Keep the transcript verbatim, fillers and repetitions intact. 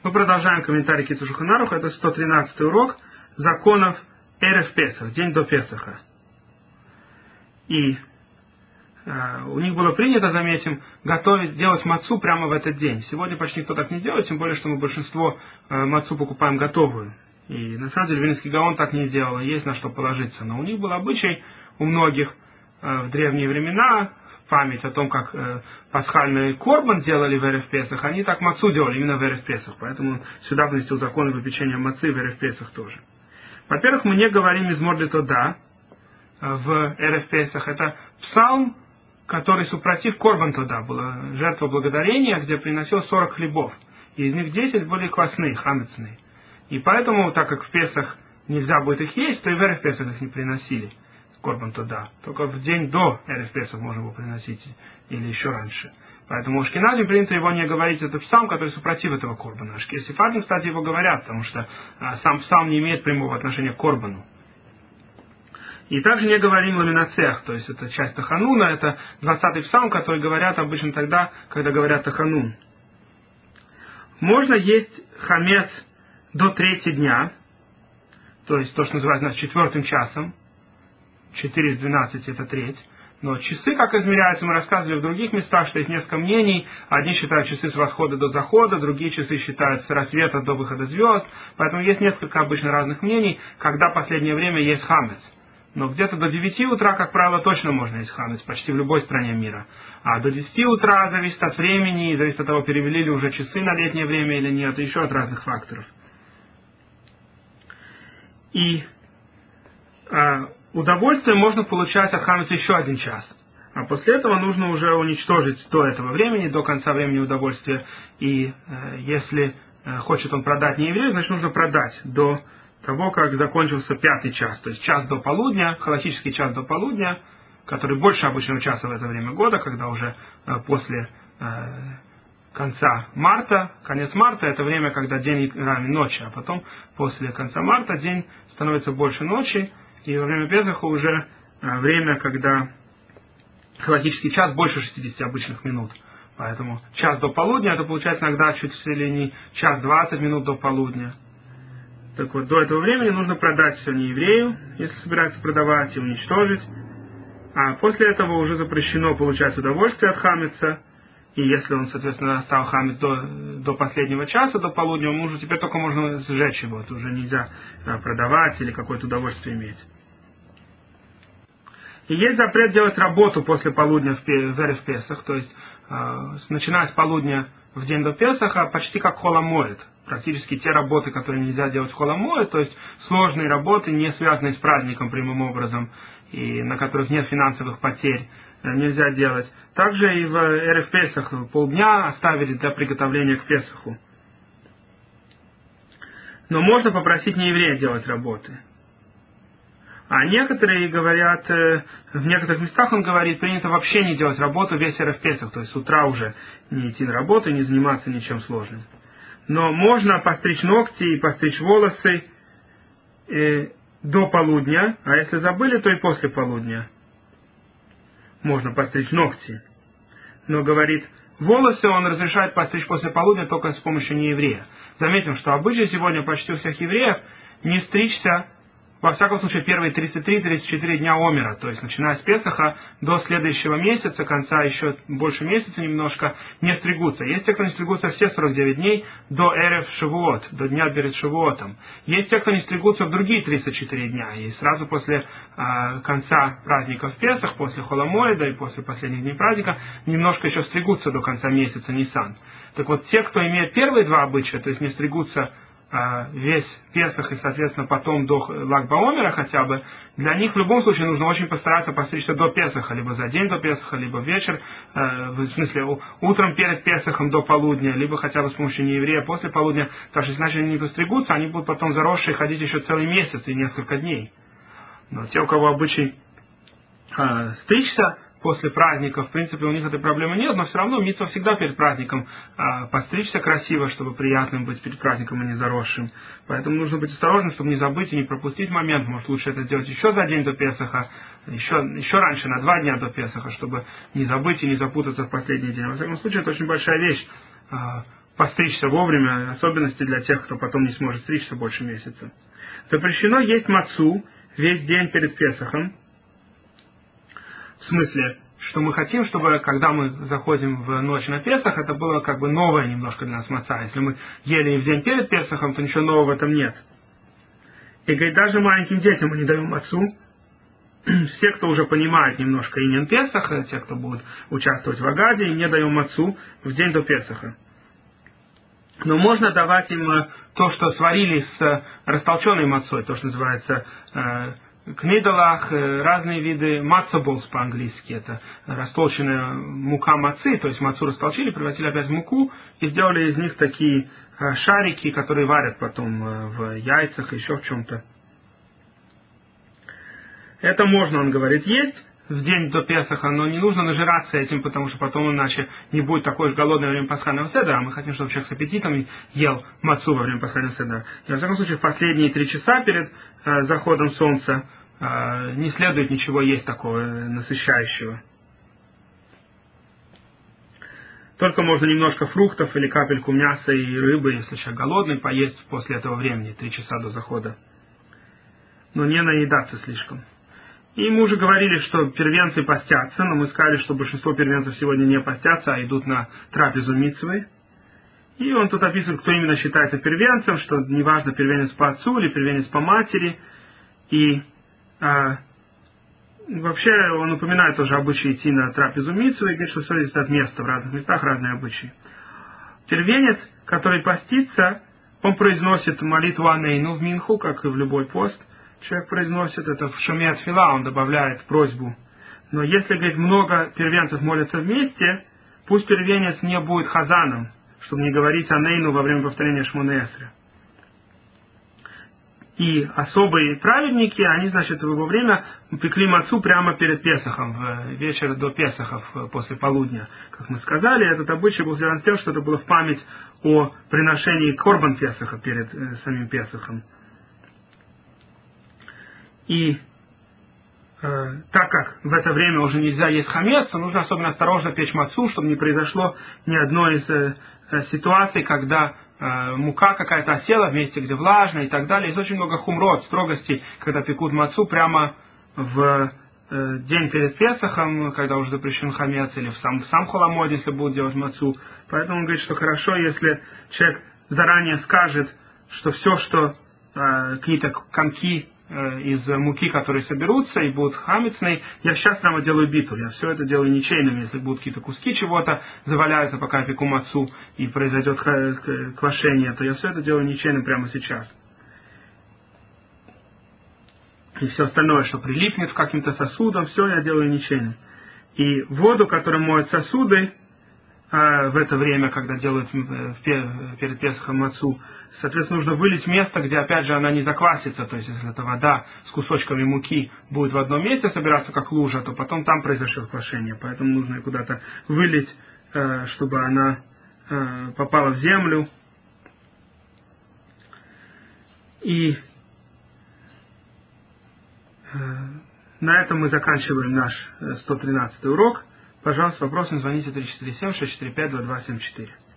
Мы продолжаем комментарий Кицур Шулхан Аруха. Это сто тринадцатый урок законов Эрев Песах, день до Песаха. И э, у них было принято, заметим, готовить, делать мацу прямо в этот день. Сегодня почти никто так не делает, тем более, что мы большинство э, мацу покупаем готовую. И на самом деле Вилнинский Гаон так не делал, есть на что положиться. Но у них был обычай у многих э, в древние времена, память о том, как э, пасхальный корбан делали в Эрев Песах, они так мацу делали именно в Эрев Песах. Поэтому сюда вносил законы выпечения мацы в Эрев Песах тоже. Во-первых, мы не говорим из Морды Тода в Эрев Песах. Это псалм, который супротив корбан Тода. Была жертва благодарения, где приносил сорок хлебов. И из них десять были квасные, хамецные. И поэтому, так как в Песах нельзя будет их есть, то и в Эрев Песах их не приносили. Корбан Тода. Только в день до Эрев Песах можно было приносить, или еще раньше. Поэтому у ашкеназим принято его не говорить, это псалм, который супротив этого корбана. Сефардим, кстати, его говорят, потому что а, сам псалм не имеет прямого отношения к корбану. И также не говорим ламинацех, то есть это часть Тахануна, это двадцатый псалм, который говорят обычно тогда, когда говорят Таханун. Можно есть хамец до третьего дня, то есть то, что называется значит, четвертым часом. четыре из двенадцати это треть. Но часы, как измеряются, мы рассказывали в других местах, что есть несколько мнений. Одни считают часы с восхода до захода, другие часы считают с рассвета до выхода звезд. Поэтому есть несколько обычно разных мнений, когда в последнее время есть хамец. Но где-то до девяти утра, как правило, точно можно есть хамец, почти в любой стране мира. А до десяти утра зависит от времени, зависит от того, перевели ли уже часы на летнее время или нет, и еще от разных факторов. И а, удовольствие можно получать от хамеца еще один час. А после этого нужно уже уничтожить до этого времени, до конца времени удовольствия. И э, если э, хочет он продать не еврею, значит нужно продать до того, как закончился пятый час. То есть час до полудня, халахический час до полудня, который больше обычного часа в это время года, когда уже э, после э, конца марта, конец марта, это время, когда день равен ночи. А потом после конца марта день становится больше ночи. И во время Песаха уже а, время, когда халахический час больше шестидесяти обычных минут. Поэтому час до полудня, это получается иногда чуть ли не час двадцать минут до полудня. Так вот, до этого времени нужно продать все нееврею, если собирается продавать, и уничтожить. А после этого уже запрещено получать удовольствие от хамеца. И если он, соответственно, стал хамец до, до последнего часа, до полудня, ему уже теперь только можно сжечь его. Это уже нельзя а, продавать или какое-то удовольствие иметь. И есть запрет делать работу после полудня в Эрев Песах, то есть, э, начиная с полудня в день до Песаха, почти как холомоэд. Практически те работы, которые нельзя делать в холомоэд, то есть сложные работы, не связанные с праздником прямым образом, и на которых нет финансовых потерь, нельзя делать. Также и в Эрев Песах полдня оставили для приготовления к Песаху. Но можно попросить нееврея делать работы. А некоторые говорят, в некоторых местах он говорит, принято вообще не делать работу весь Эрев Песах, то есть с утра уже не идти на работу, не заниматься ничем сложным. Но можно постричь ногти и постричь волосы э, до полудня, а если забыли, то и после полудня. Можно постричь ногти. Но, говорит, волосы он разрешает постричь после полудня только с помощью нееврея. Заметим, что обычай сегодня почти у всех евреев не стричься, во всяком случае, первые тридцать три - тридцать четыре дня омера, то есть начиная с Песаха до следующего месяца, конца еще больше месяца немножко, не стригутся. Есть те, кто не стригутся все сорок девять дней до Эрев Шавуот, до дня перед Шавуотом. Есть те, кто не стригутся в другие тридцать четыре дня, и сразу после э, конца праздников Песах, после Холомоэда и после последних дней праздника, немножко еще стригутся до конца месяца Нисан. Так вот, те, кто имеет первые два обычая, то есть не стригутся весь Песах и, соответственно, потом до Lag BaOmer хотя бы, для них в любом случае нужно очень постараться постричься до Песаха, либо за день до Песаха, либо вечер, э, в смысле утром перед Песахом до полудня, либо хотя бы с помощью нееврея после полудня, потому что иначе они не постригутся, они будут потом заросшие ходить еще целый месяц и несколько дней. Но те, у кого обычай э, стричься после праздника, в принципе, у них этой проблемы нет, но все равно мицва всегда перед праздником а, подстричься красиво, чтобы приятным быть перед праздником, а не заросшим. Поэтому нужно быть осторожным, чтобы не забыть и не пропустить момент. Может, лучше это сделать еще за день до Песаха, еще, еще раньше, на два дня до Песаха, чтобы не забыть и не запутаться в последний день. Во всяком случае, это очень большая вещь. А, постричься вовремя, особенности для тех, кто потом не сможет стричься больше месяца. Запрещено есть мацу весь день перед Песахом. В смысле, что мы хотим, чтобы, когда мы заходим в ночь на Песах, это было как бы новое немножко для нас маца. Если мы ели в день перед Песахом, то ничего нового в этом нет. И говорит, даже маленьким детям мы не даем мацу. Все, кто уже понимает немножко иньян Песаха, те, кто будут участвовать в Агаде, им не даем мацу в день до Песаха. Но можно давать им то, что сварили с растолченной мацой, то, что называется книдалах, разные виды мацаболс по-английски. Это растолченная мука мацы, то есть мацу растолчили, превратили опять в муку и сделали из них такие шарики, которые варят потом в яйцах, еще в чем-то. Это можно, он говорит, есть в день до Песаха, но не нужно нажираться этим, потому что потом иначе не будет такой же голодный во время пасхального седра, а мы хотим, чтобы человек с аппетитом ел мацу во время пасхального седра. И, во всяком случае, в последние три часа перед э, заходом солнца э, не следует ничего есть такого насыщающего. Только можно немножко фруктов или капельку мяса и рыбы, если человек голодный, поесть после этого времени, три часа до захода. Но не наедаться слишком. И мы уже говорили, что первенцы постятся, но мы сказали, что большинство первенцев сегодня не постятся, а идут на трапезу мицвы. И он тут описывает, кто именно считается первенцем, что неважно, первенец по отцу или первенец по матери. И а, вообще он упоминает тоже обычай идти на трапезу мицвы, и говорит, что все зависит от места, в разных местах разные обычаи. Первенец, который постится, он произносит молитву Анейну в Минху, как и в любой пост. Человек произносит это в Шомеат Фила, он добавляет просьбу. Но если, говорит, много первенцев молятся вместе, пусть первенец не будет хазаном, чтобы не говорить Анейну во время повторения Шмоне Эсре. И особые праведники, они, значит, в его время пекли мацу прямо перед Песахом, в вечер до Песахов, после полудня. Как мы сказали, этот обычай был связан с тем, что это было в память о приношении корбан Песаха перед э, самим Песахом. И э, так как в это время уже нельзя есть хамец, то нужно особенно осторожно печь мацу, чтобы не произошло ни одной из э, ситуаций, когда э, мука какая-то осела в месте, где влажно и так далее. Есть очень много хумрот, строгостей, когда пекут мацу прямо в э, день перед Песахом, когда уже запрещен хамец, или в сам, сам холомод, если будут делать мацу. Поэтому он говорит, что хорошо, если человек заранее скажет, что все, что э, какие-то комки из муки, которые соберутся и будут хамецной, я сейчас прямо делаю битуль, я все это делаю ничейным, если будут какие-то куски чего-то заваляются, пока я пеку мацу и произойдет квашение, то я все это делаю ничейным прямо сейчас. И все остальное, что прилипнет к каким-то сосудам, все я делаю ничейным. И воду, которая моет сосуды, в это время, когда делают перед Песахом мацу, соответственно, нужно вылить место, где, опять же, она не заквасится. То есть, если эта вода с кусочками муки будет в одном месте собираться, как лужа, то потом там произойдет квашение. Поэтому нужно ее куда-то вылить, чтобы она попала в землю. И на этом мы заканчиваем наш сто тринадцатый урок. Пожалуйста, вопросы звоните три четыре семь шесть четыре пять два два семь четыре.